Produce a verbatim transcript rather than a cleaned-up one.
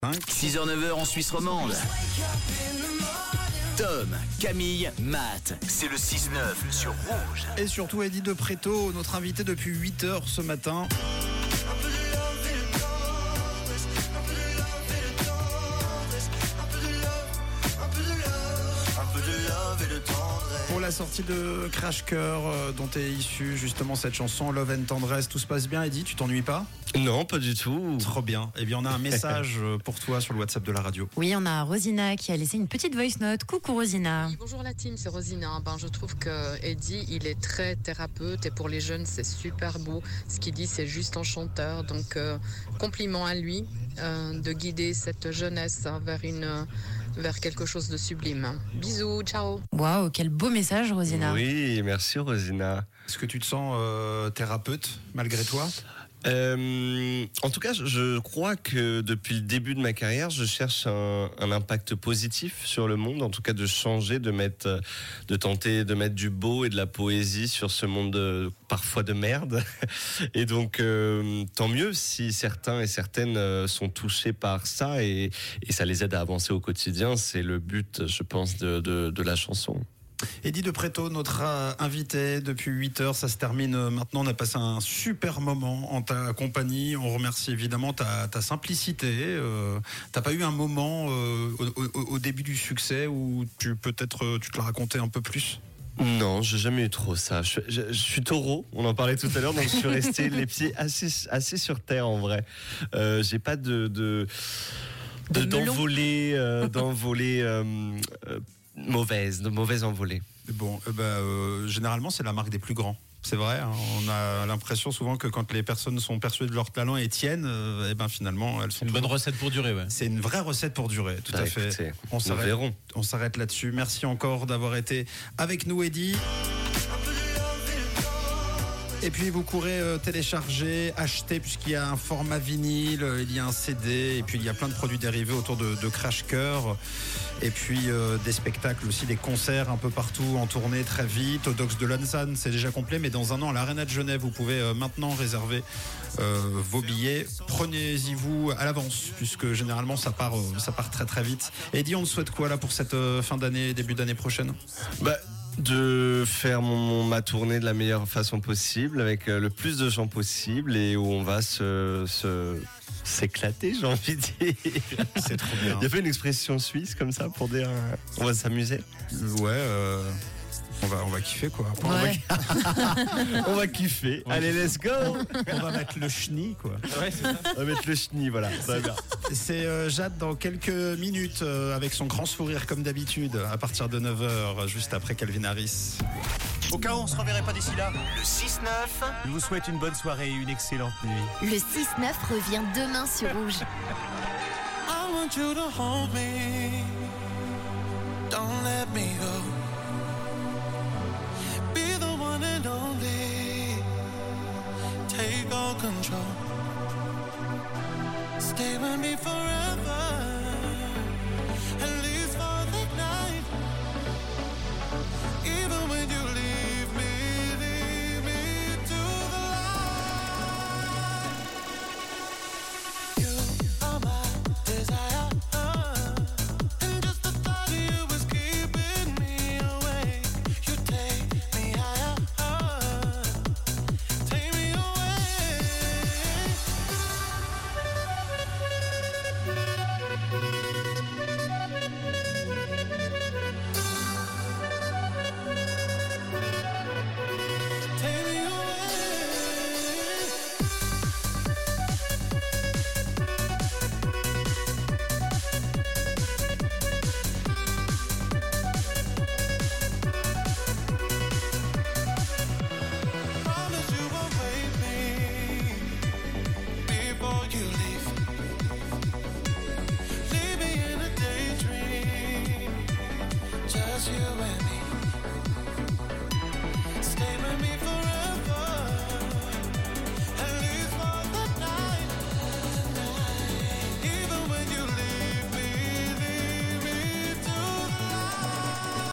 six heures neuf heures en Suisse romande. Tom, Camille, Matt, c'est le six neuf sur Rouge. Et surtout Eddie de Préto, notre invité depuis huit heures ce matin. Pour la sortie de Crash Cœur euh, dont est issue justement cette chanson Love and Tendresse, tout se passe bien Eddie, tu t'ennuies pas ? Non, pas du tout. Trop bien. Eh bien on a un message pour toi sur le WhatsApp de la radio. Oui, on a Rosina qui a laissé une petite voice note. Coucou Rosina. Oui, bonjour la team, c'est Rosina. Ben, je trouve que Eddie, il est très thérapeute et pour les jeunes, c'est super beau. Ce qu'il dit, c'est juste enchanteur. Donc, euh, compliment à lui euh, de guider cette jeunesse hein, vers une... Euh, vers quelque chose de sublime. Bisous, ciao. Waouh, quel beau message, Rosina. Oui, merci Rosina. Est-ce que tu te sens euh, thérapeute malgré toi ? Euh, en tout cas, je crois que depuis le début de ma carrière, je cherche un, un impact positif sur le monde. En tout cas, de changer, de mettre, de tenter de mettre du beau et de la poésie sur ce monde de, parfois de merde. Et donc, euh, tant mieux si certains et certaines sont touchés par ça et, et ça les aide à avancer au quotidien. C'est le but, je pense, de, de, de la chanson. Eddie de Préto, notre euh, invité depuis huit heures, ça se termine euh, maintenant. On a passé un super moment en ta compagnie. On remercie évidemment ta, ta simplicité. Euh, t'as pas eu un moment euh, au, au, au début du succès où tu peut-être euh, tu te l'as raconté un peu plus ? Non, j'ai jamais eu trop ça. Je, je, je suis taureau, on en parlait tout à l'heure, donc je suis resté les pieds assez, assez sur terre en vrai. Euh, j'ai pas de, de, de, De melon. d'envolée, euh, d'envolée euh, euh, mauvaise, de mauvaise envolée. Bon, euh, bah, euh, généralement c'est la marque des plus grands. C'est vrai, hein, on a l'impression souvent que quand les personnes sont persuadées de leur talent et tiennent, euh, et ben finalement elles sont. C'est une bonne recette pour durer, ouais. C'est une vraie recette pour durer, tout Bah, à fait. écoutez, On nous s'arrête, verrons. on s'arrête là-dessus. Merci encore d'avoir été avec nous, Eddie. Et puis vous courez euh, télécharger, acheter, puisqu'il y a un format vinyle, euh, il y a un C D, et puis il y a plein de produits dérivés autour de, de Crash Cœur, et puis euh, des spectacles aussi, des concerts un peu partout en tournée très vite. Au Docks de Lausanne, c'est déjà complet, mais dans un an à l'Arena de Genève, vous pouvez euh, maintenant réserver euh, vos billets. Prenez-y vous à l'avance, puisque généralement ça part, euh, ça part très très vite. Eddie, on te souhaite quoi là pour cette euh, fin d'année, début d'année prochaine ? Bah, de faire mon, ma tournée de la meilleure façon possible, avec euh, le plus de gens possible et où on va se, se s'éclater, j'ai envie de dire. C'est trop bien. Il y a pas une expression suisse comme ça pour dire euh, on va s'amuser. Ouais, euh, on va, on va kiffer quoi. Ouais. On va kiffer. Allez, let's go. On va mettre le chenille quoi. Ouais, c'est ça. On va mettre le chenille, voilà. Ça va bien. C'est euh, Jade dans quelques minutes euh, avec son grand sourire comme d'habitude à partir de neuf heures juste après Calvin Harris. Au cas où on se reverrait pas d'ici là, Le six neuf, je vous souhaite une bonne soirée et une excellente nuit. Le six neuf revient demain sur Rouge. I want you to hold me. Don't let me go. Be the one and only. Take all control. Stay with me forever. At least for the night. Even when you leave me, leave me to the light. You are my desire. And just the thought of you is keeping me awake. You take me higher. Take me away. Take me away. Promise you won't wake me before you leave. Leave me in a daydream, just you and me. Stay with me forever.